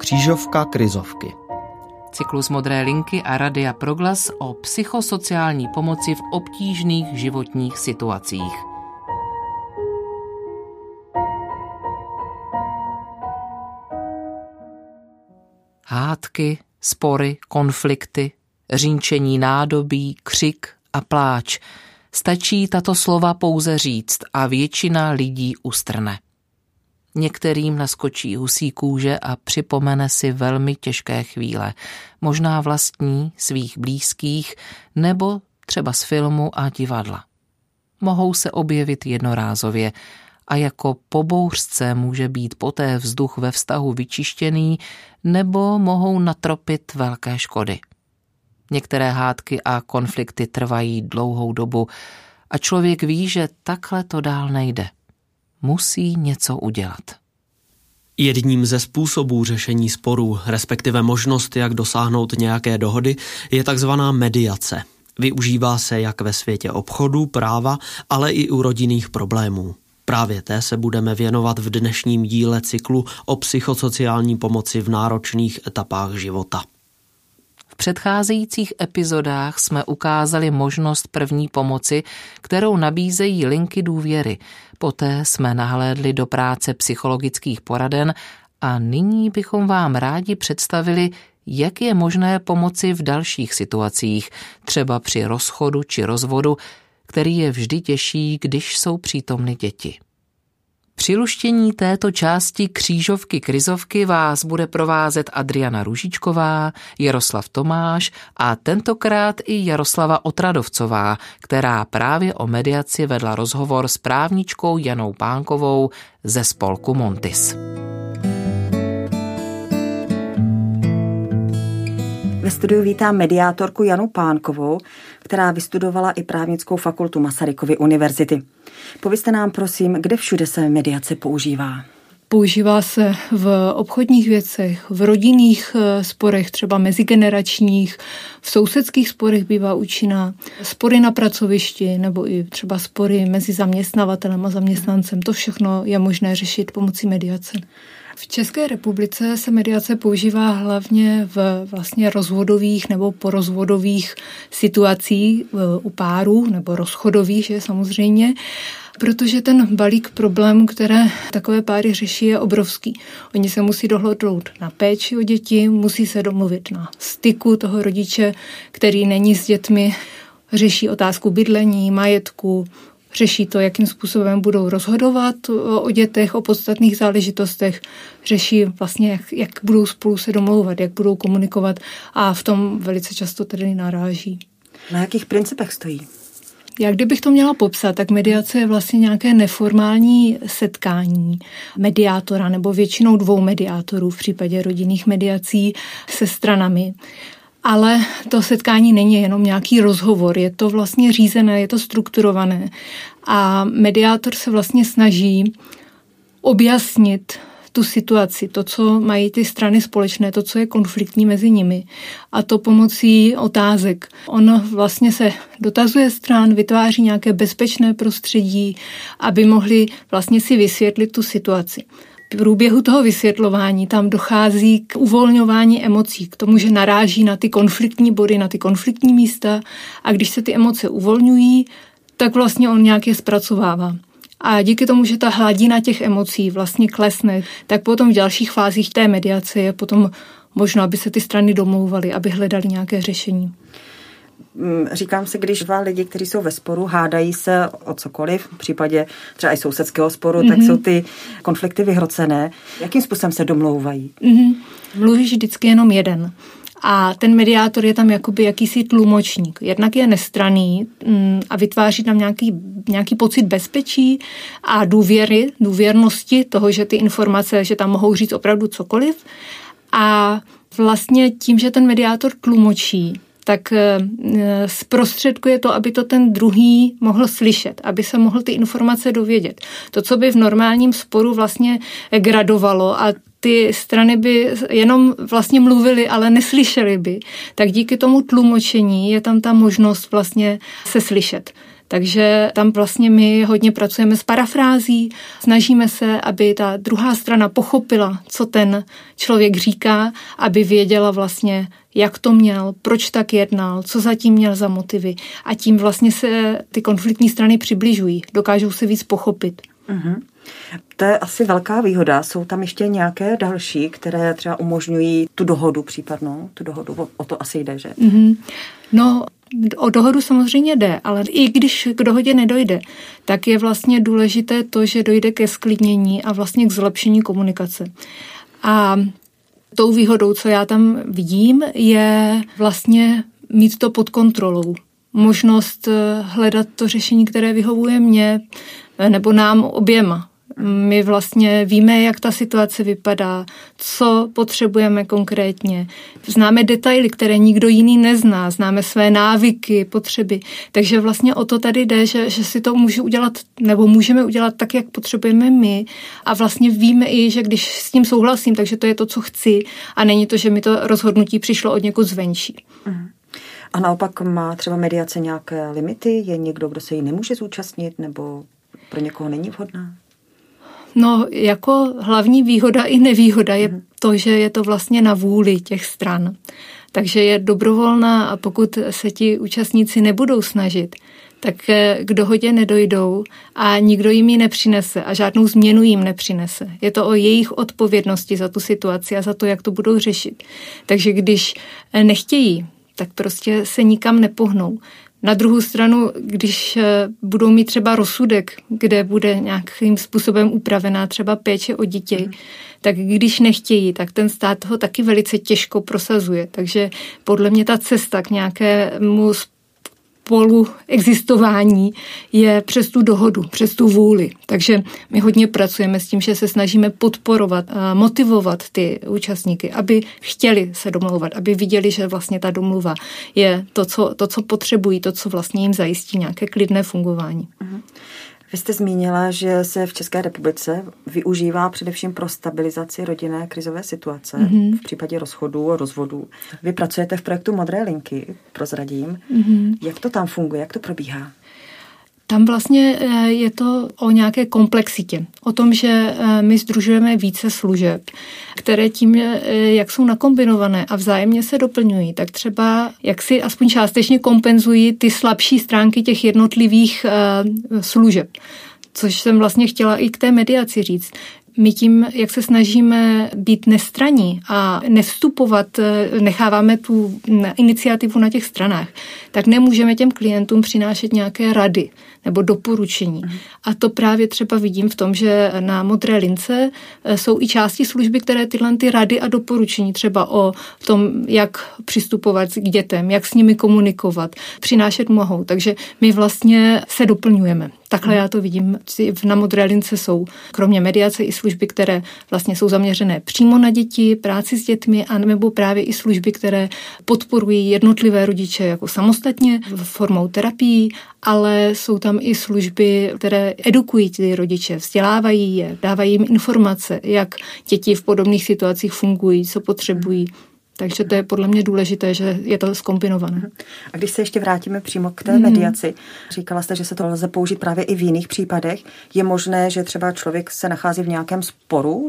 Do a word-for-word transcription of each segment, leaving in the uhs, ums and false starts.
Křížovka krizovky. Cyklus Modré linky a Radia Proglas o psychosociální pomoci v obtížných životních situacích. Hádky, spory, konflikty, řínčení nádobí, křik a pláč. Stačí tato slova pouze říct a většina lidí ustrne. Některým naskočí husí kůže a připomene si velmi těžké chvíle, možná vlastní, svých blízkých, nebo třeba z filmu a divadla. Mohou se objevit jednorázově a jako po bouřce může být poté vzduch ve vztahu vyčištěný, nebo mohou natropit velké škody. Některé hádky a konflikty trvají dlouhou dobu a člověk ví, že takhle to dál nejde. Musí něco udělat. Jedním ze způsobů řešení sporů, respektive možnost, jak dosáhnout nějaké dohody, je takzvaná mediace. Využívá se jak ve světě obchodu, práva, ale i u rodinných problémů. Právě té se budeme věnovat v dnešním díle cyklu o psychosociální pomoci v náročných etapách života. V předcházejících epizodách jsme ukázali možnost první pomoci, kterou nabízejí linky důvěry. Poté jsme nahlédli do práce psychologických poraden a nyní bychom vám rádi představili, jak je možné pomoci v dalších situacích, třeba při rozchodu či rozvodu, který je vždy těžší, když jsou přítomny děti. Při luštění této části křížovky krizovky vás bude provázet Adriana Růžičková, Jaroslav Tomáš a tentokrát i Jaroslava Otradovcová, která právě o mediaci vedla rozhovor s právničkou Janou Pánkovou ze spolku Montis. Ve studiu vítám mediátorku Janu Pánkovou, která vystudovala i právnickou fakultu Masarykovy univerzity. Povězte nám prosím, kde všude se mediace používá? Používá se v obchodních věcech, v rodinných sporech, třeba mezigeneračních, v sousedských sporech bývá účinná, spory na pracovišti nebo i třeba spory mezi zaměstnavatelem a zaměstnancem. To všechno je možné řešit pomocí mediace. V České republice se mediace používá hlavně v vlastně rozvodových nebo porozvodových situacích u párů nebo rozchodových, že samozřejmě, protože ten balík problémů, které takové páry řeší, je obrovský. Oni se musí dohodnout na péči o děti, musí se domluvit na styku toho rodiče, který není s dětmi, řeší otázku bydlení, majetku, řeší to, jakým způsobem budou rozhodovat o dětech, o podstatných záležitostech, řeší vlastně, jak, jak budou spolu se domlouvat, jak budou komunikovat a v tom velice často tedy naráží. Na jakých principech stojí? Jak kdybych to měla popsat, tak mediace je vlastně nějaké neformální setkání mediátora nebo většinou dvou mediátorů v případě rodinných mediací se stranami. Ale to setkání není jenom nějaký rozhovor, je to vlastně řízené, je to strukturované a mediátor se vlastně snaží objasnit tu situaci, to, co mají ty strany společné, to, co je konfliktní mezi nimi a to pomocí otázek. On vlastně se dotazuje stran, vytváří nějaké bezpečné prostředí, aby mohli vlastně si vysvětlit tu situaci. V průběhu toho vysvětlování tam dochází k uvolňování emocí, k tomu, že naráží na ty konfliktní body, na ty konfliktní místa a když se ty emoce uvolňují, tak vlastně on nějak je zpracovává. A díky tomu, že ta hladina těch emocí vlastně klesne, tak potom v dalších fázích té mediace je potom možno, aby se ty strany domlouvaly, aby hledali nějaké řešení. Říkám si, když dva lidi, kteří jsou ve sporu, hádají se o cokoliv, v případě třeba i sousedského sporu, mm-hmm. tak jsou ty konflikty vyhrocené. Jakým způsobem se domlouvají? Mm-hmm. Mluví vždycky jenom jeden. A ten mediátor je tam jakoby jakýsi tlumočník. Jednak je nestranný a vytváří tam nějaký, nějaký pocit bezpečí a důvěry, důvěrnosti toho, že ty informace, že tam mohou říct opravdu cokoliv. A vlastně tím, že ten mediátor tlumočí, tak zprostředkuje to, aby to ten druhý mohl slyšet, aby se mohl ty informace dovědět. To, co by v normálním sporu vlastně gradovalo a ty strany by jenom vlastně mluvily, ale neslyšely by, tak díky tomu tlumočení je tam ta možnost vlastně se slyšet. Takže tam vlastně my hodně pracujeme s parafrází, snažíme se, aby ta druhá strana pochopila, co ten člověk říká, aby věděla vlastně, jak to měl, proč tak jednal, co zatím měl za motivy. A tím vlastně se ty konfliktní strany přibližují, dokážou se víc pochopit. Mm-hmm. To je asi velká výhoda. Jsou tam ještě nějaké další, které třeba umožňují tu dohodu případnou? Tu dohodu, o, o to asi jde, že? Mm-hmm. No, o dohodu samozřejmě jde, ale i když k dohodě nedojde, tak je vlastně důležité to, že dojde ke sklidnění a vlastně k zlepšení komunikace. A tou výhodou, co já tam vidím, je vlastně mít to pod kontrolou. Možnost hledat to řešení, které vyhovuje mně nebo nám oběma. My vlastně víme, jak ta situace vypadá, co potřebujeme konkrétně. Známe detaily, které nikdo jiný nezná, známe své návyky, potřeby. Takže vlastně o to tady jde, že, že si to můžu udělat, nebo můžeme udělat tak, jak potřebujeme my. A vlastně víme i, že když s tím souhlasím, takže to je to, co chci. A není to, že mi to rozhodnutí přišlo od někud zvenčí. Mm. A naopak má třeba mediace nějaké limity? Je někdo, kdo se jí nemůže zúčastnit, nebo pro někoho není vhodná? No, jako hlavní výhoda i nevýhoda je mm. to, že je to vlastně na vůli těch stran. Takže je dobrovolná a pokud se ti účastníci nebudou snažit, tak k dohodě nedojdou a nikdo jim ji nepřinese a žádnou změnu jim nepřinese. Je to o jejich odpovědnosti za tu situaci a za to, jak to budou řešit. Takže když nechtějí, tak prostě se nikam nepohnou. Na druhou stranu, když budou mít třeba rozsudek, kde bude nějakým způsobem upravená třeba péče o děti, mm. tak když nechtějí, tak ten stát ho taky velice těžko prosazuje. Takže podle mě ta cesta k nějakému spoluexistování je přes tu dohodu, přes tu vůli. Takže my hodně pracujeme s tím, že se snažíme podporovat, motivovat ty účastníky, aby chtěli se domlouvat, aby viděli, že vlastně ta domluva je to, co, to, co potřebují, to, co vlastně jim zajistí nějaké klidné fungování. Mhm. Vy jste zmínila, že se v České republice využívá především pro stabilizaci rodinné krizové situace mm-hmm. v případě rozchodů a rozvodů. Vy pracujete v projektu Modré linky, prozradím. Mm-hmm. Jak to tam funguje, jak to probíhá? Tam vlastně je to o nějaké komplexitě. O tom, že my sdružujeme více služeb, které tím, jak jsou nakombinované a vzájemně se doplňují, tak třeba jak si aspoň částečně kompenzují ty slabší stránky těch jednotlivých služeb. Což jsem vlastně chtěla i k té mediaci říct. My tím, jak se snažíme být nestranní a nevstupovat, necháváme tu iniciativu na těch stranách, tak nemůžeme těm klientům přinášet nějaké rady nebo doporučení. Mm. A to právě třeba vidím v tom, že na Modré lince jsou i části služby, které tyhle ty rady a doporučení třeba o tom, jak přistupovat k dětem, jak s nimi komunikovat, přinášet mohou. Takže my vlastně se doplňujeme. Takhle já to vidím. Na Modré lince jsou kromě mediace i služby, které vlastně jsou zaměřené přímo na děti, práci s dětmi, a nebo právě i služby, které podporují jednotlivé rodiče jako samostatně formou terapií, ale jsou tam i služby, které edukují ty rodiče, vzdělávají je, dávají jim informace, jak děti v podobných situacích fungují, co potřebují. Takže to je podle mě důležité, že je to zkombinované. A když se ještě vrátíme přímo k té mediaci, říkala jste, že se to lze použít právě i v jiných případech. Je možné, že třeba člověk se nachází v nějakém sporu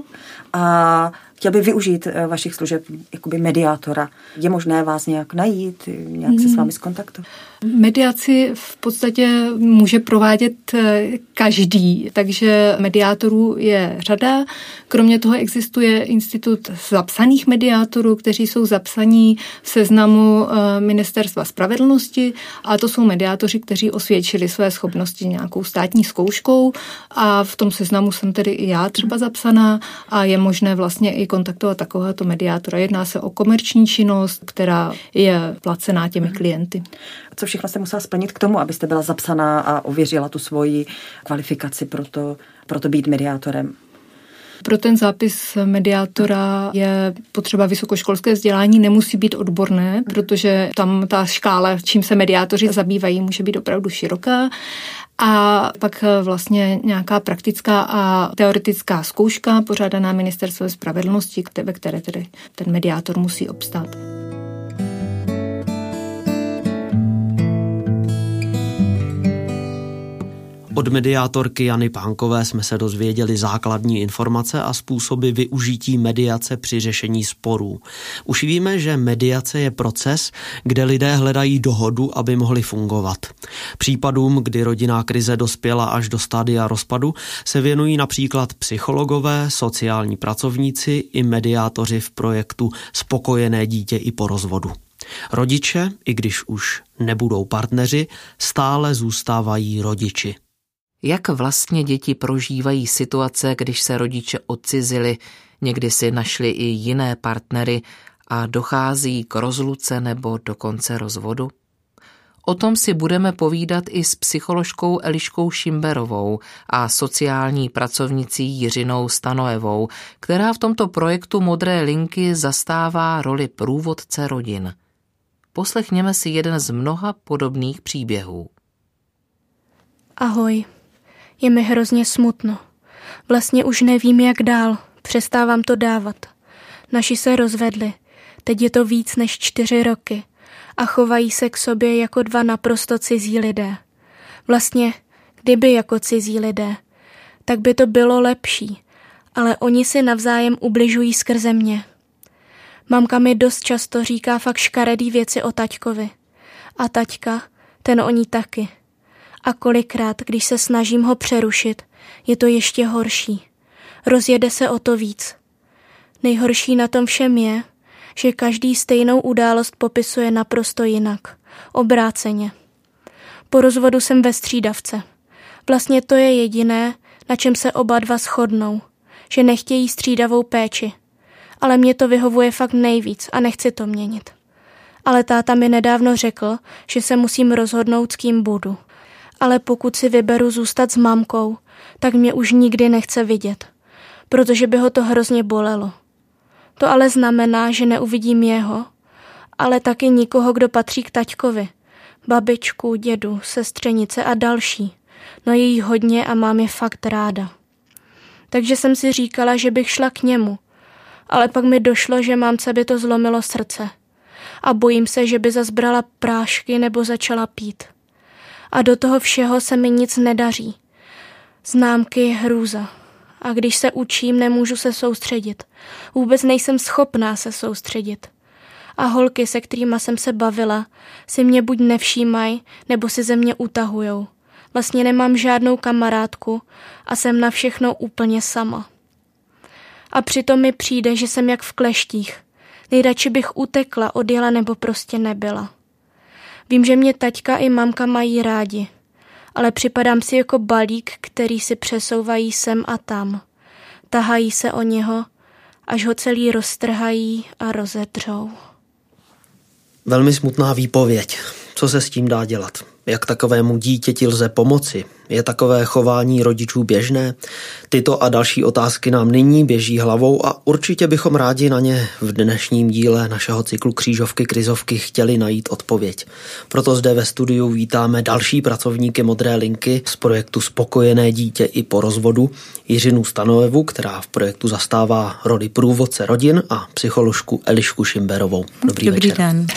a chtěl by využít vašich služeb jakoby mediátora. Je možné vás nějak najít, nějak se s vámi zkontaktovat? Mediaci v podstatě může provádět každý, takže mediátorů je řada. Kromě toho existuje institut zapsaných mediátorů, kteří jsou zapsaní v seznamu Ministerstva spravedlnosti, a to jsou mediátoři, kteří osvědčili své schopnosti nějakou státní zkouškou, a v tom seznamu jsem tedy i já třeba zapsaná a je možné vlastně i kontaktovat takovéhoto mediátora. Jedná se o komerční činnost, která je placená těmi klienty. Co všechno jste musela splnit k tomu, abyste byla zapsaná a ověřila tu svoji kvalifikaci pro to, pro to být mediátorem? Pro ten zápis mediátora je potřeba vysokoškolské vzdělání, nemusí být odborné, protože tam ta škála, čím se mediátoři zabývají, může být opravdu široká. A pak vlastně nějaká praktická a teoretická zkouška pořádaná Ministerstvem spravedlnosti, ve které tedy ten mediátor musí obstát. Od mediátorky Jany Pánkové jsme se dozvěděli základní informace a způsoby využití mediace při řešení sporů. Už víme, že mediace je proces, kde lidé hledají dohodu, aby mohli fungovat. Případům, kdy rodinná krize dospěla až do stádia rozpadu, se věnují například psychologové, sociální pracovníci i mediátoři v projektu Spokojené dítě i po rozvodu. Rodiče, i když už nebudou partneři, stále zůstávají rodiči. Jak vlastně děti prožívají situace, když se rodiče odcizili, někdy si našli i jiné partnery a dochází k rozluce nebo dokonce rozvodu? O tom si budeme povídat i s psycholožkou Eliškou Šimberovou a sociální pracovnicí Jiřinou Stanoevou, která v tomto projektu Modré linky zastává roli průvodce rodin. Poslechněme si jeden z mnoha podobných příběhů. Ahoj, je mi hrozně smutno. Vlastně už nevím, jak dál, přestávám to dávat. Naši se rozvedli, teď je to víc než čtyři roky a chovají se k sobě jako dva naprosto cizí lidé. Vlastně, kdyby jako cizí lidé, tak by to bylo lepší, ale oni si navzájem ubližují skrze mě. Mamka mi dost často říká fakt škaredý věci o taťkovi. A taťka, ten o ní taky. A kolikrát, když se snažím ho přerušit, je to ještě horší. Rozjede se o to víc. Nejhorší na tom všem je, že každý stejnou událost popisuje naprosto jinak. Obráceně. Po rozvodu jsem ve střídavce. Vlastně to je jediné, na čem se oba dva shodnou. Že nechtějí střídavou péči. Ale mě to vyhovuje fakt nejvíc a nechci to měnit. Ale táta mi nedávno řekl, že se musím rozhodnout, s kým budu. Ale pokud si vyberu zůstat s mamkou, tak mě už nikdy nechce vidět, protože by ho to hrozně bolelo. To ale znamená, že neuvidím jeho, ale taky nikoho, kdo patří k taťkovi. Babičku, dědu, sestřenice a další. No je jí hodně a mám je fakt ráda. Takže jsem si říkala, že bych šla k němu, ale pak mi došlo, že mámce by to zlomilo srdce. A bojím se, že by zas brala prášky nebo začala pít. A do toho všeho se mi nic nedaří. Známky je hrůza. A když se učím, nemůžu se soustředit. Vůbec nejsem schopná se soustředit. A holky, se kterýma jsem se bavila, si mě buď nevšímají, nebo si ze mě utahujou. Vlastně nemám žádnou kamarádku a jsem na všechno úplně sama. A přitom mi přijde, že jsem jak v kleštích. Nejradši bych utekla, odjela nebo prostě nebyla. Vím, že mě taťka i mamka mají rádi, ale připadám si jako balík, který si přesouvají sem a tam. Tahají se o něho, až ho celý roztrhají a rozedřou. Velmi smutná výpověď. Co se s tím dá dělat? Jak takovému dítěti lze pomoci? Je takové chování rodičů běžné? Tyto a další otázky nám nyní běží hlavou a určitě bychom rádi na ně v dnešním díle našeho cyklu Křížovky krizovky chtěli najít odpověď. Proto zde ve studiu vítáme další pracovníky Modré linky z projektu Spokojené dítě i po rozvodu, Jiřinu Stanoevu, která v projektu zastává roli průvodce rodin, a psycholožku Elišku Šimberovou. Dobrý, Dobrý večer. den.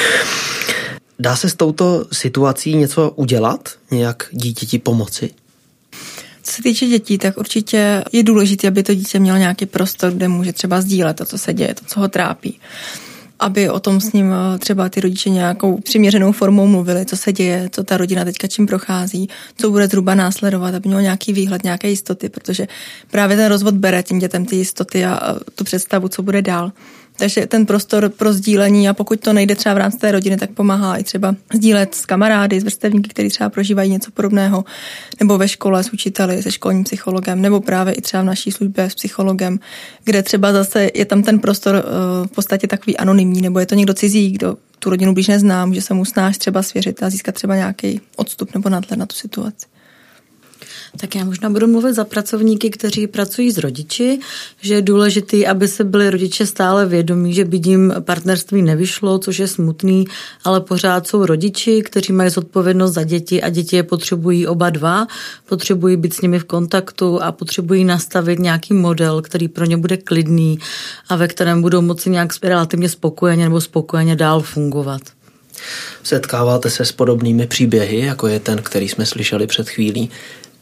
Dá se s touto situací něco udělat? Nějak dítěti pomoci? Co se týče dětí, tak určitě je důležité, aby to dítě mělo nějaký prostor, kde může třeba sdílet to, co se děje, to, co ho trápí. Aby o tom s ním třeba ty rodiče nějakou přiměřenou formou mluvili, co se děje, co ta rodina teďka čím prochází, co bude zhruba následovat, aby mělo nějaký výhled, nějaké jistoty, protože právě ten rozvod bere tím dětem ty jistoty a tu představu, co bude dál. Takže ten prostor pro sdílení, a pokud to nejde třeba v rámci té rodiny, tak pomáhá i třeba sdílet s kamarády, s vrstevníky, kteří třeba prožívají něco podobného, nebo ve škole s učiteli, se školním psychologem, nebo právě i třeba v naší službě s psychologem, kde třeba zase je tam ten prostor v podstatě takový anonymní, nebo je to někdo cizí, kdo tu rodinu blíž nezná, může se mu snáš třeba svěřit a získat třeba nějaký odstup nebo nadhled na tu situaci. Tak já možná budu mluvit za pracovníky, kteří pracují s rodiči, že je důležitý, aby se byli rodiče stále vědomí, že by jim partnerství nevyšlo, což je smutný, ale pořád jsou rodiči, kteří mají zodpovědnost za děti a děti je potřebují oba dva, potřebují být s nimi v kontaktu a potřebují nastavit nějaký model, který pro ně bude klidný a ve kterém budou moci nějak relativně spokojeně nebo spokojeně dál fungovat. Setkáváte se s podobnými příběhy, jako je ten, který jsme slyšeli před chvílí?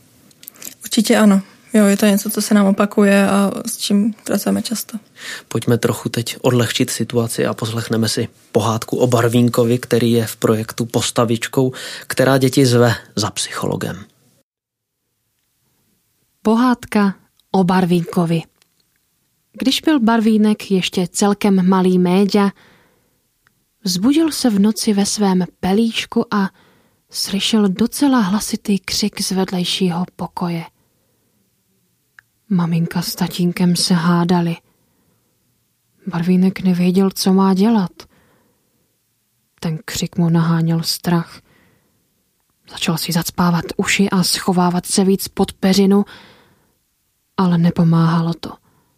Určitě ano. Jo, je to něco, co se nám opakuje a s čím pracujeme často. Pojďme trochu teď odlehčit situaci a poslechneme si pohádku o Barvínkovi, který je v projektu Postavičkou, která děti zve za psychologem. Pohádka o Barvínkovi. Když byl Barvínek ještě celkem malý méďa, vzbudil se v noci ve svém pelíšku a slyšel docela hlasitý křik z vedlejšího pokoje. Maminka s tatínkem se hádali. Barvínek nevěděl, co má dělat. Ten křik mu naháněl strach. Začal si zacpávat uši a schovávat se víc pod peřinu, ale nepomáhalo to.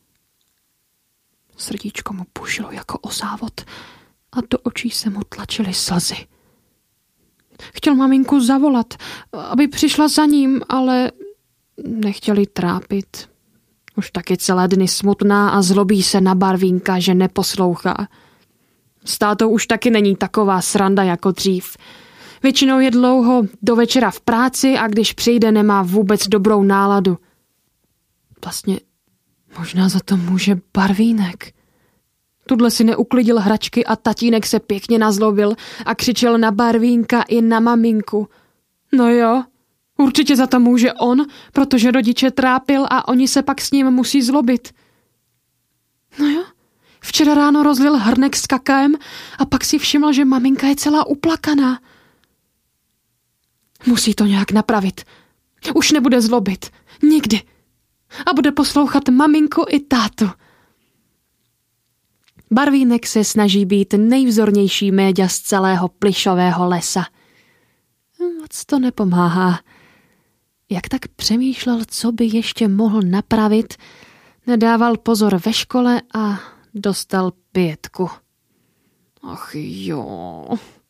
Srdíčko mu pušilo jako o závod a do očí se mu tlačily slzy. Chtěl maminku zavolat, aby přišla za ním, ale nechtěli trápit. Už taky celé dny smutná a zlobí se na Barvínka, že neposlouchá. S tátou už taky není taková sranda jako dřív. Většinou je dlouho do večera v práci a když přijde, nemá vůbec dobrou náladu. Vlastně možná za to může Barvínek. Tudle si neuklidil hračky a tatínek se pěkně nazlobil a křičel na Barvínka i na maminku. No jo, určitě za to může on, protože rodiče trápil a oni se pak s ním musí zlobit. No jo, včera ráno rozlil hrnek s kakaem a pak si všiml, že maminka je celá uplakaná. Musí to nějak napravit. Už nebude zlobit. Nikdy. A bude poslouchat maminku i tátu. Barvínek se snaží být nejvzornější méďa z celého plyšového lesa. Moc to nepomáhá. Jak tak přemýšlel, co by ještě mohl napravit, nedával pozor ve škole a dostal pětku. Ach jo,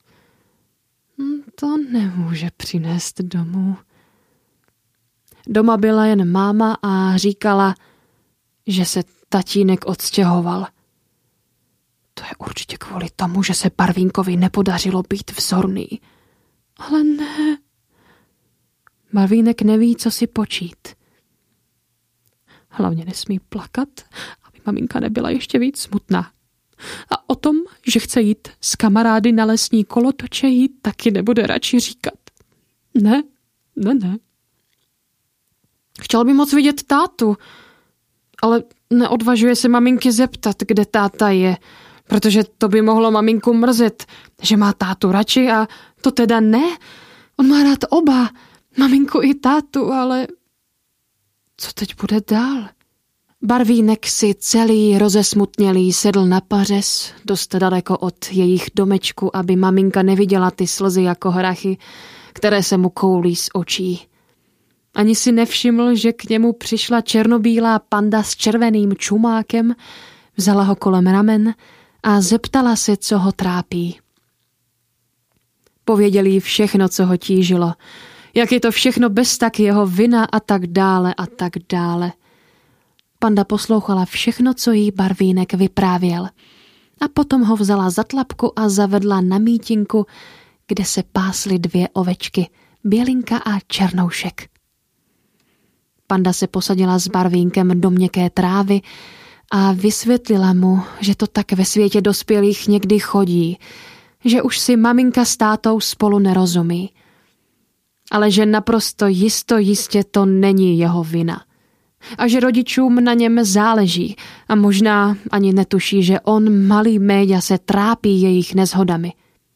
to nemůže přinést domů. Doma byla jen máma a říkala, že se tatínek odstěhoval. To je určitě kvůli tomu, že se Barvínkovi nepodařilo být vzorný. Ale ne. Barvínek neví, co si počít. Hlavně nesmí plakat, aby maminka nebyla ještě víc smutná. A o tom, že chce jít s kamarády na lesní kolotoče, jí taky nebude radši říkat. Ne, ne, ne. Chtěl by moc vidět tátu, ale neodvažuje se maminky zeptat, kde táta je, protože to by mohlo maminku mrzet, že má tátu radši a to teda ne. On má rád oba, maminku i tátu, ale co teď bude dál? Barvínek si celý rozesmutnělý sedl na pařez, dost daleko od jejich domečku, aby maminka neviděla ty slzy jako hrachy, které se mu koulí z očí. Ani si nevšiml, že k němu přišla černobílá panda s červeným čumákem, vzala ho kolem ramen a zeptala se, co ho trápí. Pověděl jí všechno, co ho tížilo, jak je to všechno bez tak jeho vina a tak dále a tak dále. Panda poslouchala všechno, co jí Barvínek vyprávěl a potom ho vzala za tlapku a zavedla na mítinku, kde se pásly dvě ovečky, Bělinka a Černoušek. Panda se posadila s Barvínkem do měkké trávy a vysvětlila mu, že to tak ve světě dospělých někdy chodí, že už si maminka s tátou spolu nerozumí. Ale že naprosto jisto jistě to není jeho vina. A že rodičům na něm záleží a možná ani netuší, že on, malý méďa, se trápí jejich neshodami.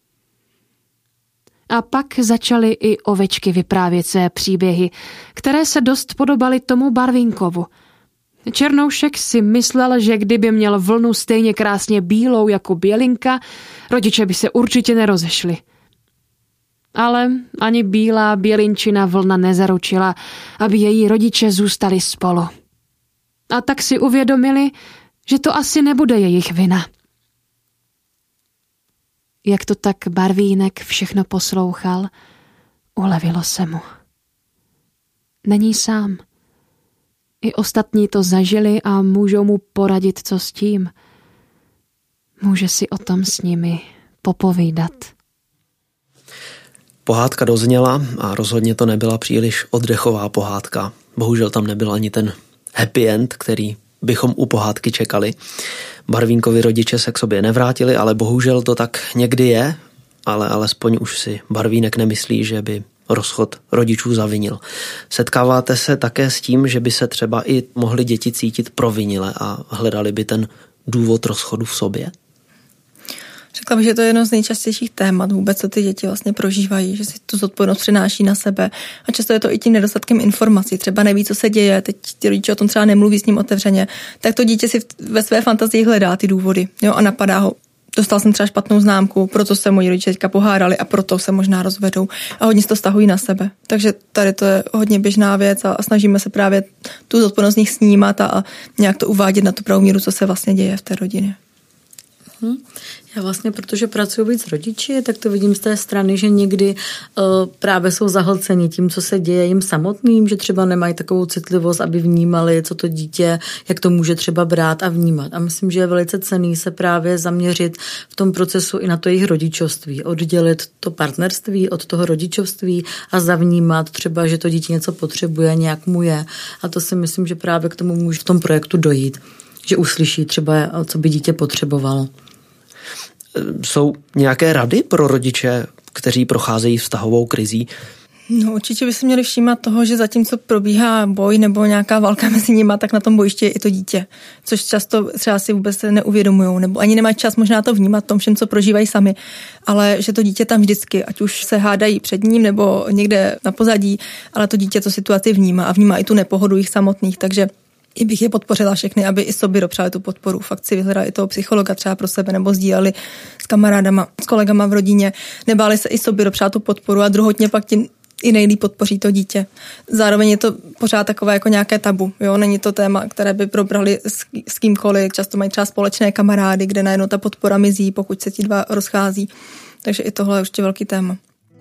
A pak začaly i ovečky vyprávět své příběhy, které se dost podobaly tomu Barvínkovu. Černoušek si myslel, že kdyby měl vlnu stejně krásně bílou jako Bělinka, rodiče by se určitě nerozešli. Ale ani bílá Bělinčina vlna nezaručila, aby její rodiče zůstali spolu. A tak si uvědomili, že to asi nebude jejich vina. Jak to tak Barvínek všechno poslouchal, ulevilo se mu. Není sám. I ostatní to zažili a můžou mu poradit, co s tím. Může si o tom s nimi popovídat. Pohádka dozněla a rozhodně to nebyla příliš oddechová pohádka. Bohužel tam nebyl ani ten happy end, který bychom u pohádky čekali. Barvínkovi rodiče se k sobě nevrátili, ale bohužel to tak někdy je, ale alespoň už si Barvínek nemyslí, že by rozchod rodičů zavinil. Setkáváte se také s tím, že by se třeba i mohly děti cítit provinile a hledali by ten důvod rozchodu v sobě? Řekla bych, že to je jedno z nejčastějších témat vůbec, co ty děti vlastně prožívají, že si tu zodpovědnost přináší na sebe. A často je to i tím nedostatkem informací. Třeba neví, co se děje, teď ty rodiče o tom třeba nemluví s ním otevřeně, tak to dítě si ve své fantazii hledá ty důvody, jo, a napadá ho. Dostal jsem třeba špatnou známku, proto se moji rodiče teďka pohádali a proto se možná rozvedou. A hodně se to stahují na sebe. Takže tady to je hodně běžná věc a, a snažíme se právě tu zodpovědnost z nich snímat a, a nějak to uvádět na tu pravou míru, co se vlastně děje v té rodině. Hmm. Já vlastně, protože pracuji víc s rodiči, tak to vidím z té strany, že někdy uh, právě jsou zahlceni tím, co se děje jim samotným, že třeba nemají takovou citlivost, aby vnímali, co to dítě, jak to může třeba brát a vnímat. A myslím, že je velice cenný se právě zaměřit v tom procesu i na to jejich rodičovství, oddělit to partnerství od toho rodičovství a zavnímat třeba, že to dítě něco potřebuje, nějak mu je. A to si myslím, že právě k tomu může v tom projektu dojít, že uslyší třeba, co by dítě potřebovalo. Jsou nějaké rady pro rodiče, kteří procházejí vztahovou krizí? No určitě by se měli všímat toho, že zatímco probíhá boj nebo nějaká válka mezi nimi, tak na tom bojišti je i to dítě. Což často třeba si vůbec neuvědomujou, nebo ani nemají čas možná to vnímat tom všem, co prožívají sami, ale že to dítě tam vždycky, ať už se hádají před ním nebo někde na pozadí, ale to dítě to situaci vnímá a vnímá i tu nepohodu jich samotných, takže i bych je podpořila všechny, aby i sobě dopřáli tu podporu. Fakt si vyhledali i toho psychologa třeba pro sebe nebo sdíleli s kamarádama, s kolegama v rodině. Nebáli se i sobě dopřát tu podporu a druhotně pak ti i nejlíp podpoří to dítě. Zároveň je to pořád takové jako nějaké tabu. Jo? Není to téma, které by probrali s, s kýmkoliv. Často mají třeba společné kamarády, kde najednou ta podpora mizí, pokud se ti dva rozchází. Takže i tohle je určitě velký téma.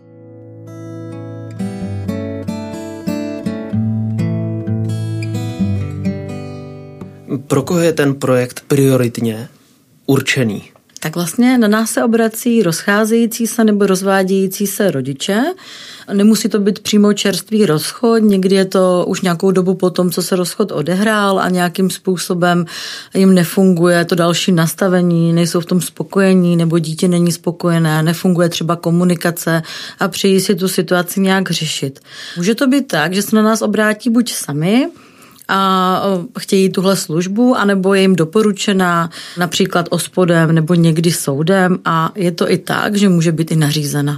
Pro koho je ten projekt prioritně určený? Tak vlastně na nás se obrací rozcházející se nebo rozvádějící se rodiče. Nemusí to být přímo čerstvý rozchod, někdy je to už nějakou dobu po tom, co se rozchod odehrál a nějakým způsobem jim nefunguje to další nastavení, nejsou v tom spokojení nebo dítě není spokojené, nefunguje třeba komunikace a přejí si tu situaci nějak řešit. Může to být tak, že se na nás obrátí buď sami, a chtějí tuhle službu, anebo je jim doporučená například ospodem nebo někdy soudem a je to i tak, že může být i nařízena.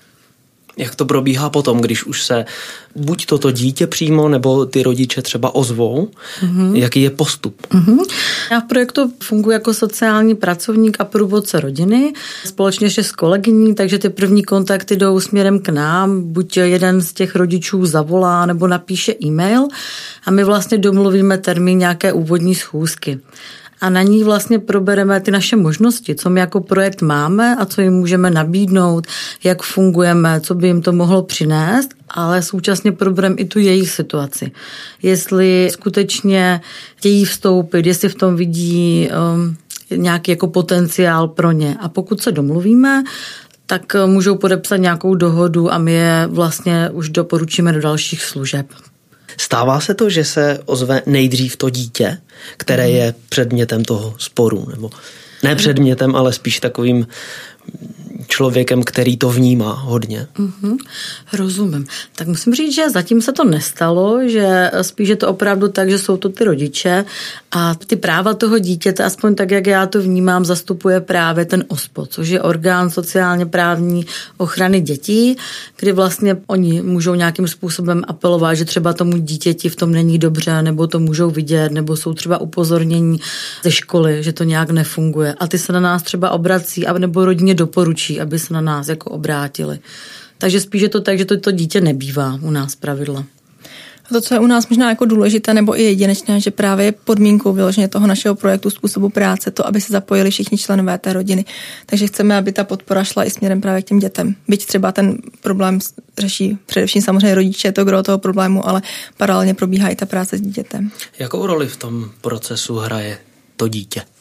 Jak to probíhá potom, když už se buď toto dítě přímo, nebo ty rodiče třeba ozvou? Mm-hmm. Jaký je postup? Mm-hmm. Já v projektu funguji jako sociální pracovník a průvodce rodiny, společně s kolegyní, takže ty první kontakty jdou směrem k nám, buď jeden z těch rodičů zavolá, nebo napíše e-mail a my vlastně domluvíme termín nějaké úvodní schůzky. A na ní vlastně probereme ty naše možnosti, co my jako projekt máme a co jim můžeme nabídnout, jak fungujeme, co by jim to mohlo přinést, ale současně probereme i tu jejich situaci. Jestli skutečně chtějí vstoupit, jestli v tom vidí um, nějaký jako potenciál pro ně. A pokud se domluvíme, tak můžou podepsat nějakou dohodu a my je vlastně už doporučíme do dalších služeb. Stává se to, že se ozve nejdřív to dítě, které je předmětem toho sporu, nebo ne předmětem, ale spíš takovým člověkem, který to vnímá hodně. Mm-hmm, rozumím. Tak musím říct, že zatím se to nestalo, že spíš je to opravdu tak, že jsou to ty rodiče a ty práva toho dítěte, aspoň tak, jak já to vnímám, zastupuje právě ten OSPOD, což je orgán sociálně právní ochrany dětí, kdy vlastně oni můžou nějakým způsobem apelovat, že třeba tomu dítěti v tom není dobře, nebo to můžou vidět, nebo jsou třeba upozornění ze školy, že to nějak nefunguje. A ty se na nás třeba obrací, nebo rodině doporučí, aby se na nás jako obrátili. Takže spíš je to tak, že to, to dítě nebývá u nás pravidla. A to, co je u nás možná jako důležité nebo i jedinečné, že právě je podmínkou vyloženě toho našeho projektu způsobu práce, to, aby se zapojili všichni členové té rodiny. Takže chceme, aby ta podpora šla i směrem právě k těm dětem. Byť třeba ten problém řeší především samozřejmě rodiče, to gro toho problému, ale paralelně probíhá i ta práce s dítětem. Jakou roli v tom procesu hraje to dítě?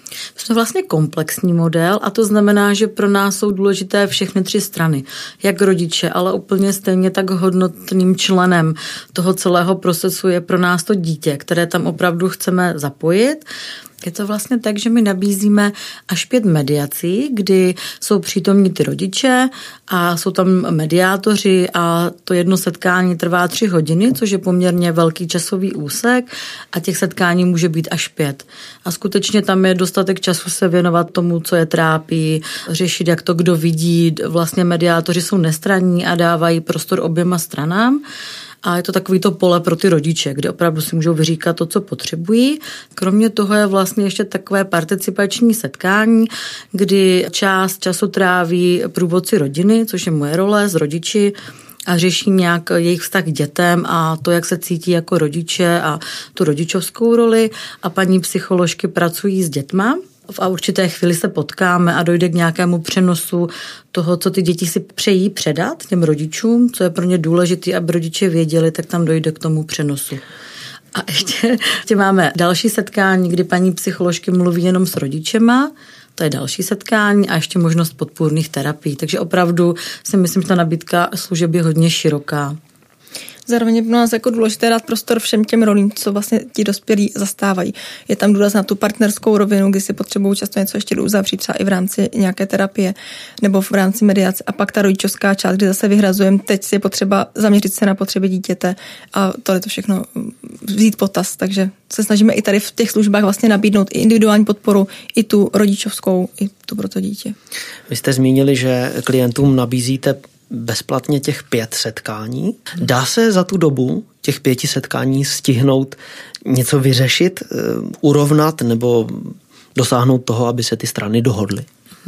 To je vlastně komplexní model a to znamená, že pro nás jsou důležité všechny tři strany. Jak rodiče, ale úplně stejně tak hodnotným členem toho celého procesu je pro nás to dítě, které tam opravdu chceme zapojit. Je to vlastně tak, že my nabízíme až pět mediací, kdy jsou přítomní ty rodiče a jsou tam mediátoři a to jedno setkání trvá tři hodiny, což je poměrně velký časový úsek a těch setkání může být až pět. A skutečně tam je dostatek času se věnovat tomu, co je trápí, řešit, jak to kdo vidí. Vlastně mediátoři jsou nestranní a dávají prostor oběma stranám. A je to takový to pole pro ty rodiče, kde opravdu si můžou vyříkat to, co potřebují. Kromě toho je vlastně ještě takové participační setkání, kdy část času tráví průvodci rodiny, což je moje role s rodiči, a řeší nějak jejich vztah k dětem a to, jak se cítí jako rodiče a tu rodičovskou roli. A paní psycholožky pracují s dětma. V určité chvíli se potkáme a dojde k nějakému přenosu toho, co ty děti si přejí předat těm rodičům, co je pro ně důležité, aby rodiče věděli, tak tam dojde k tomu přenosu. A ještě, ještě máme další setkání, kdy paní psycholožky mluví jenom s rodičema, to je další setkání a ještě možnost podpůrných terapií. Takže opravdu si myslím, že ta nabídka služeb je hodně široká. Zároveň je pro nás jako důležité dát prostor všem těm rolím, co vlastně ti dospělí zastávají. Je tam důraz na tu partnerskou rovinu, kdy si potřebují často něco ještě uzavřít, třeba i v rámci nějaké terapie nebo v rámci mediace. A pak ta rodičovská část, kdy zase vyhrazujeme, teď je potřeba zaměřit se na potřeby dítěte a tohle to všechno vzít potaz. Takže se snažíme i tady v těch službách vlastně nabídnout i individuální podporu, i tu rodičovskou, i tu pro to dítě. Vy jste zmínili, že klientům nabízíte bezplatně těch pět setkání. Dá se za tu dobu těch pěti setkání stihnout něco vyřešit, urovnat nebo dosáhnout toho, aby se ty strany dohodly?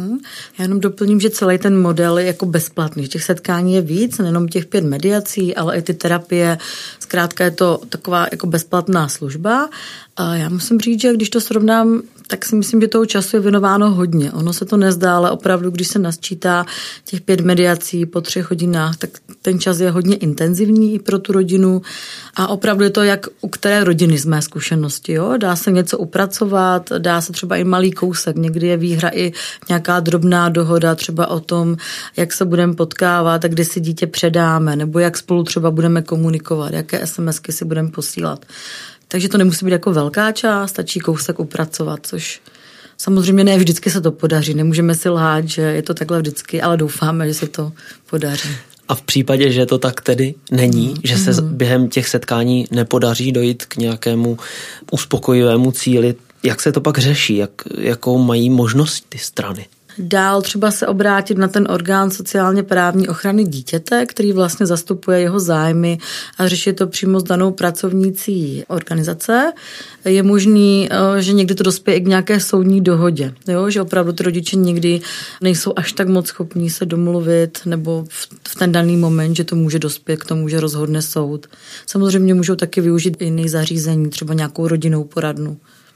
Já jenom doplním, že celý ten model je jako bezplatný. Těch setkání je víc, nejenom těch pět mediací, ale i ty terapie. Zkrátka je to taková jako bezplatná služba. A já musím říct, že když to srovnám, tak si myslím, že toho času je věnováno hodně. Ono se to nezdá, ale opravdu, když se nasčítá těch pět mediací po třech hodinách, tak ten čas je hodně intenzivní i pro tu rodinu. A opravdu je to jak u které rodiny z mé zkušenosti. Jo? Dá se něco upracovat, dá se třeba i malý kousek. Někdy je výhra i nějaká drobná dohoda třeba o tom, jak se budeme potkávat a kdy si dítě předáme, nebo jak spolu třeba budeme komunikovat, jaké SMSky si budeme posílat. Takže to nemusí být jako velká část, stačí kousek upracovat, což samozřejmě ne vždycky se to podaří. Nemůžeme si lhát, že je to takhle vždycky, ale doufáme, že se to podaří. A v případě, že to tak tedy není, mm. že se mm. během těch setkání nepodaří dojít k nějakému uspokojivému cíli, jak se to pak řeší? Jak, jakou mají možnost ty strany? Dál třeba se obrátit na ten orgán sociálně právní ochrany dítěte, který vlastně zastupuje jeho zájmy a řeší to přímo s danou pracovnící organizace. Je možný, že někdy to dospěje i k nějaké soudní dohodě, jo? Že opravdu ty rodiče někdy nejsou až tak moc schopní se domluvit nebo v ten daný moment, že to může dospět k tomu, že rozhodne soud. Samozřejmě můžou taky využít jiné zařízení, třeba nějakou rodinnou poradnu.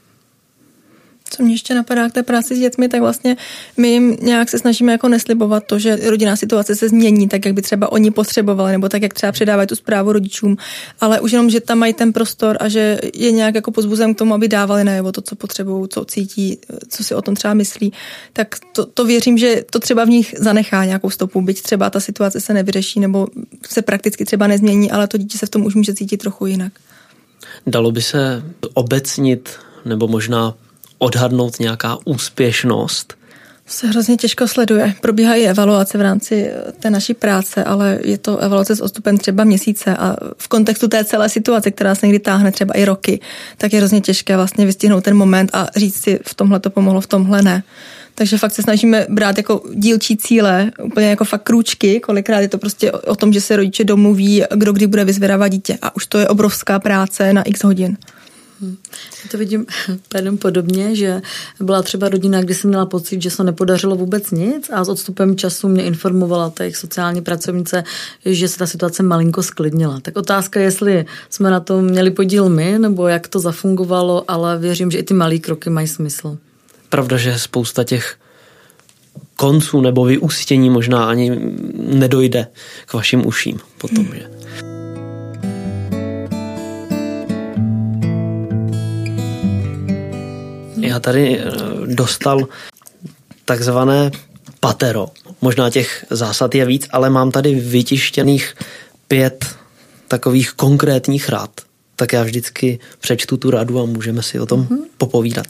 Co mě ještě napadá k té práci s dětmi, tak vlastně my jim nějak se snažíme jako neslibovat to, že rodinná situace se změní tak, jak by třeba oni potřebovali, nebo tak, jak třeba předávají tu zprávu rodičům, ale už jenom, že tam mají ten prostor a že je nějak jako pozbuzen k tomu, aby dávali najevo to, co potřebují, co cítí, co si o tom třeba myslí, tak to, to věřím, že to třeba v nich zanechá nějakou stopu, byť třeba ta situace se nevyřeší nebo se prakticky třeba nezmění, ale to dítě se v tom už může cítit trochu jinak. Dalo by se obecnit nebo možná odhadnout nějaká úspěšnost? Se hrozně těžko sleduje. Probíhají evaluace v rámci té naší práce, ale je to evaluace s odstupem třeba měsíce a v kontextu té celé situace, která se někdy táhne třeba i roky, tak je hrozně těžké vlastně vystihnout ten moment a říct si, v tomhle to pomohlo, v tomhle ne. Takže fakt se snažíme brát jako dílčí cíle, úplně jako fakt krůčky, kolikrát je to prostě o tom, že se rodiče domluví, kdo kdy bude vyzvedávat dítě a už to je obrovská práce na x hodin. Já to vidím pádem podobně, že byla třeba rodina, kdy jsem měla pocit, že se nepodařilo vůbec nic a s odstupem času mě informovala ta jejich sociální pracovnice, že se ta situace malinko sklidnila. Tak otázka, jestli jsme na tom měli podíl my, nebo jak to zafungovalo, ale věřím, že i ty malý kroky mají smysl. Pravda, že spousta těch konců nebo vyústění možná ani nedojde k vašim uším potom, že? Já tady dostal takzvané patero. Možná těch zásad je víc, ale mám tady vytištěných pět takových konkrétních rad. Tak já vždycky přečtu tu radu a můžeme si o tom mm-hmm. popovídat.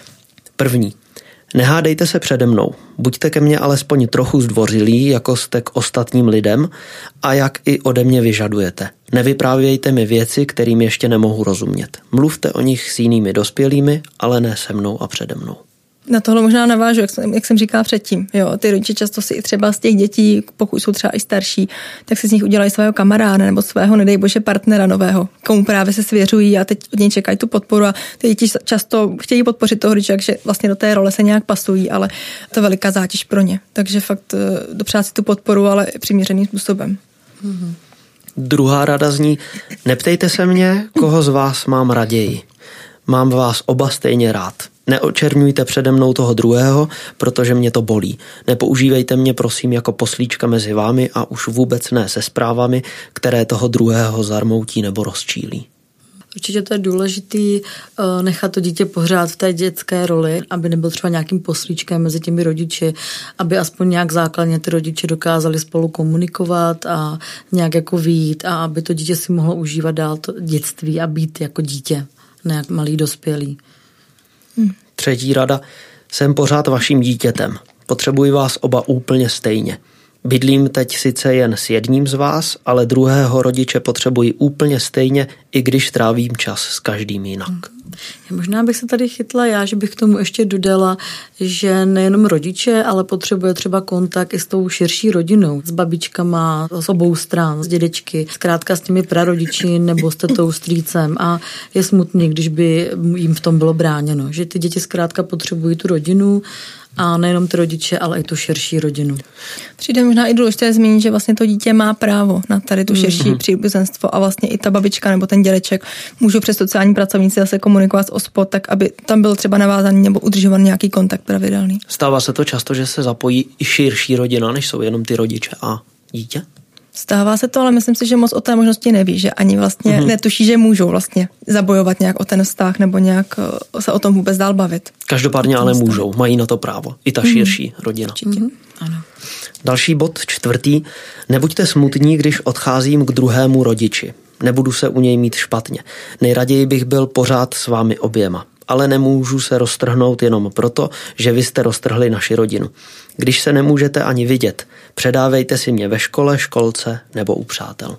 První. Nehádejte se přede mnou. Buďte ke mně alespoň trochu zdvořilí, jako jste k ostatním lidem a jak i ode mě vyžadujete. Nevyprávějte mi věci, kterým ještě nemohu rozumět. Mluvte o nich s jinými dospělými, ale ne se mnou a přede mnou. Na tohle možná navážu, jak jsem, jak jsem říkala předtím. Jo, ty rodiče často si třeba z těch dětí, pokud jsou třeba i starší, tak si z nich udělají svého kamaráda nebo svého, nedej bože, partnera nového, komu právě se svěřují a teď od něj čekají tu podporu a ty děti často chtějí podpořit toho rodiče, takže vlastně do té role se nějak pasují, ale to je veliká zátěž pro ně. Takže fakt dopřát si tu podporu, ale přiměřeným způsobem. Mm-hmm. Druhá rada zní, neptejte se mě, koho z vás mám raději. Mám vás oba stejně rád. Neočerňujte přede mnou toho druhého, protože mě to bolí. Nepoužívejte mě prosím jako poslíčka mezi vámi a už vůbec ne se zprávami, které toho druhého zarmoutí nebo rozčílí. Určitě to je důležitý nechat to dítě pořád v té dětské roli, aby nebyl třeba nějakým poslíčkem mezi těmi rodiči, aby aspoň nějak základně ty rodiče dokázali spolu komunikovat a nějak jako vyjít a aby to dítě si mohlo užívat dál to dětství a být jako dítě, ne jak malý dospělý. Hmm. Třetí rada. Jsem pořád vaším dítětem. Potřebuji vás oba úplně stejně. Bydlím teď sice jen s jedním z vás, ale druhého rodiče potřebuji úplně stejně, i když trávím čas s každým jinak. Já možná bych se tady chytla já, že bych k tomu ještě dodala, že nejenom rodiče, ale potřebuje třeba kontakt i s tou širší rodinou, s babičkama, s obou stran, s dědečky, zkrátka s těmi prarodiči nebo s tetou, strýcem a je smutný, když by jim v tom bylo bráněno, že ty děti zkrátka potřebují tu rodinu a nejenom ty rodiče, ale i tu širší rodinu. Přijde možná i důležité zmínit, že vlastně to dítě má právo na tady tu širší mm-hmm. příbuzenstvo a vlastně i ta babička nebo ten dědeček můžou přes sociální pracovníci zase komunikovat s OSPOD, tak aby tam byl třeba navázaný nebo udržovaný nějaký kontakt pravidelný. Stává se to často, že se zapojí i širší rodina, než jsou jenom ty rodiče a dítě? Stává se to, ale myslím si, že moc o té možnosti neví, že ani vlastně mm-hmm. netuší, že můžou vlastně zabojovat nějak o ten vztah nebo nějak se o tom vůbec dál bavit. Každopádně ale můžou, mají na to právo. I ta mm-hmm. širší rodina. Mm-hmm. Ano. Další bod, čtvrtý. Nebuďte smutní, když odcházím k druhému rodiči. Nebudu se u něj mít špatně. Nejraději bych byl pořád s vámi oběma. Ale nemůžu se roztrhnout jenom proto, že vy jste roztrhli naši rodinu. Když se nemůžete ani vidět, předávejte si mě ve škole, školce nebo u přátel.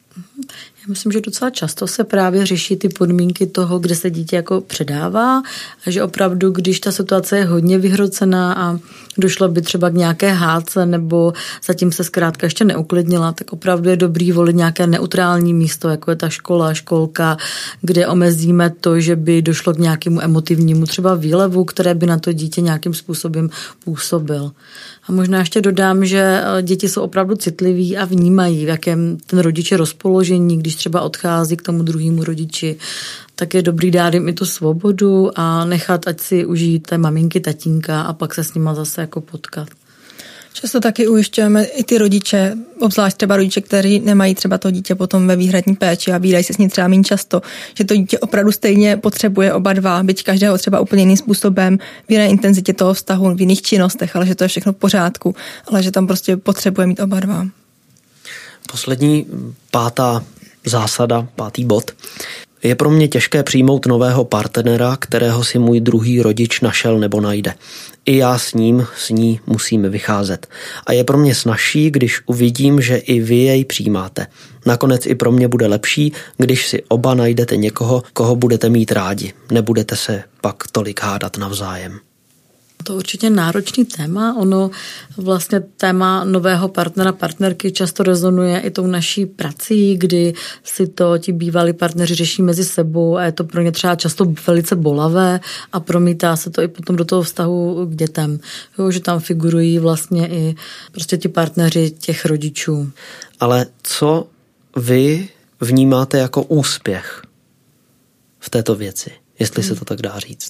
Já myslím, že docela často se právě řeší ty podmínky toho, kde se dítě jako předává a že opravdu, když ta situace je hodně vyhrocená a došlo by třeba k nějaké hádce nebo zatím se zkrátka ještě neuklidnila, tak opravdu je dobrý volit nějaké neutrální místo, jako je ta škola, školka, kde omezíme to, že by došlo k nějakému emotivnímu třeba výlevu, které by na to dítě nějakým způsobem působil. A možná ještě dodám, že děti jsou opravdu citliví a vnímají, v jakém ten rodič je rozpoložení, když třeba odchází k tomu druhému rodiči, tak je dobrý dát jim i tu svobodu a nechat, ať si užijí té maminky, tatínka a pak se s nima zase jako potkat. Často taky ujišťujeme i ty rodiče, obzvlášť třeba rodiče, kteří nemají třeba to dítě potom ve výhradní péči a vídají se s ním třeba méně často, že to dítě opravdu stejně potřebuje oba dva, byť každého třeba úplně jiným způsobem, v jiné intenzitě toho vztahu, v jiných činnostech, ale že to je všechno v pořádku, ale že tam prostě potřebuje mít oba dva. Poslední pátá zásada, pátý bod. Je pro mě těžké přijmout nového partnera, kterého si můj druhý rodič našel nebo najde. I já s ním, s ní musím vycházet. A je pro mě snazší, když uvidím, že i vy jej přijímáte. Nakonec i pro mě bude lepší, když si oba najdete někoho, koho budete mít rádi. Nebudete se pak tolik hádat navzájem. To určitě náročný téma. Ono vlastně téma nového partnera, partnerky často rezonuje i tou naší prací, kdy si to ti bývalí partneři řeší mezi sebou a je to pro ně třeba často velice bolavé a promítá se to i potom do toho vztahu k dětem. Jo, že tam figurují vlastně i prostě ti partneři těch rodičů. Ale co vy vnímáte jako úspěch v této věci, jestli hmm. se to tak dá říct?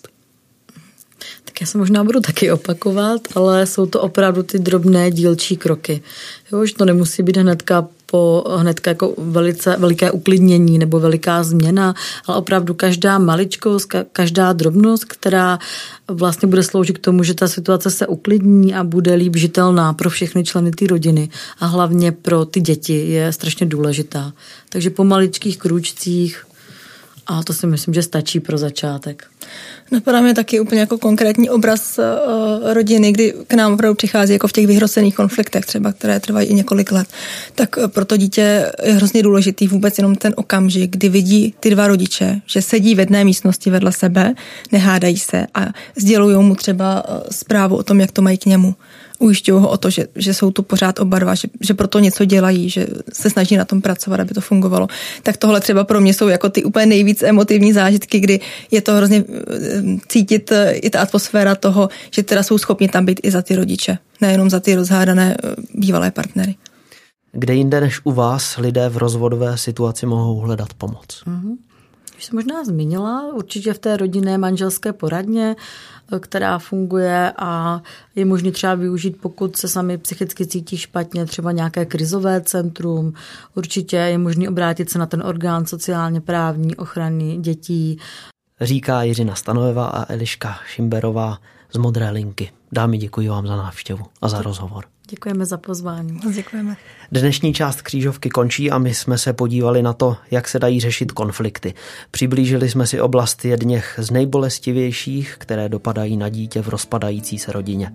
Tak já se možná budu taky opakovat, ale jsou to opravdu ty drobné dílčí kroky. Jo, že to nemusí být hnedka po hnedka jako velice veliké uklidnění nebo veliká změna, ale opravdu každá maličkost, každá drobnost, která vlastně bude sloužit k tomu, že ta situace se uklidní a bude líp žitelná pro všechny členy té rodiny a hlavně pro ty děti je strašně důležitá. Takže po maličkých krůčcích a to si myslím, že stačí pro začátek. Napadá mě taky úplně jako konkrétní obraz uh, rodiny, kdy k nám opravdu přichází jako v těch vyhrocených konfliktech třeba, které trvají i několik let. Tak uh, pro to dítě je hrozně důležitý vůbec jenom ten okamžik, kdy vidí ty dva rodiče, že sedí v jedné místnosti vedle sebe, nehádají se a sdělují mu třeba uh, zprávu o tom, jak to mají k němu. Ujišťují ho o to, že, že jsou tu pořád oba dva, že, že proto něco dělají, že se snaží na tom pracovat, aby to fungovalo. Tak tohle třeba pro mě jsou jako ty úplně nejvíc emotivní zážitky, kdy je to hrozně cítit i ta atmosféra toho, že teda jsou schopni tam být i za ty rodiče, nejenom za ty rozhádané bývalé partnery. Kde jinde než u vás lidé v rozvodové situaci mohou hledat pomoc? Mm-hmm. Už jsem možná zmínila, určitě v té rodinné manželské poradně, která funguje a je možné třeba využít, pokud se sami psychicky cítí špatně, třeba nějaké krizové centrum. Určitě je možné obrátit se na ten orgán sociálně právní ochrany dětí. Říká Jiřina Stanoveva a Eliška Šimberová z Modré linky. Dámy, děkuji vám za návštěvu a za rozhovor. Děkujeme za pozvání. Děkujeme. Dnešní část křížovky končí a my jsme se podívali na to, jak se dají řešit konflikty. Přiblížili jsme si oblast jedněch z nejbolestivějších, které dopadají na dítě v rozpadající se rodině.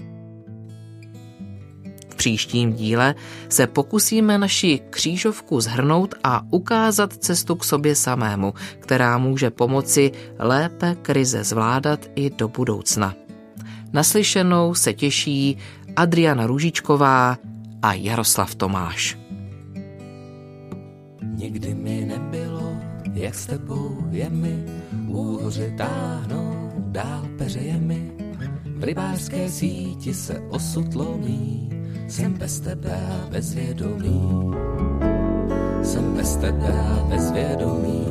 V příštím díle se pokusíme naši křížovku shrnout a ukázat cestu k sobě samému, která může pomoci lépe krize zvládat i do budoucna. Naslyšenou se těší Adriana Růžičková a Jaroslav Tomáš. Nikdy mi nebylo, jak s tebou je mi, úhoře táhnou, dál peřeje mi, v rybářské síti se osud lomí, jsem bez tebe a bezvědomí, jsem bez tebe a bezvědomí.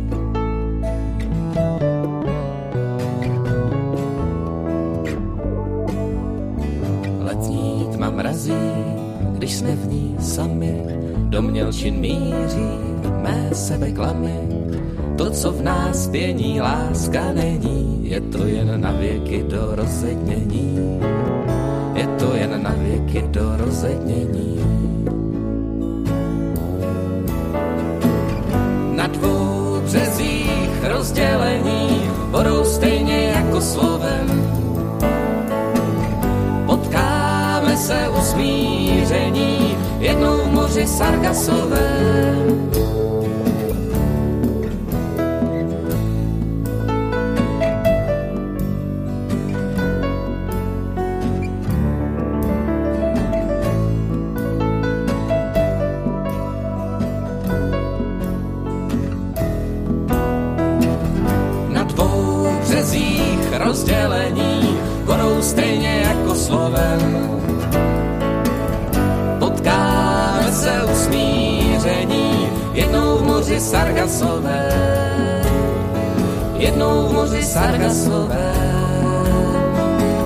Letní tma mrazí, když jsme v ní sami, do mělčin míří mé sebeklamy. To, co v nás pění, láska není, je to jen na věky do rozednění, je to jen na věky do rozednění. Na dvou březích rozdělení vodou stejně jako slovem, potkáme se u smíření jednou v moři Sargasovém. Na dvou březích rozdělení vodou stejně jako slovem, potkáme se u smíření jednou v moři Sargasové, jednou v moři Sargasové,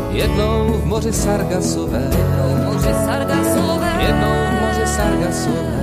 jednou v moři Sargasové, jednou v moři Sargasové, jednou v moři Sargasové.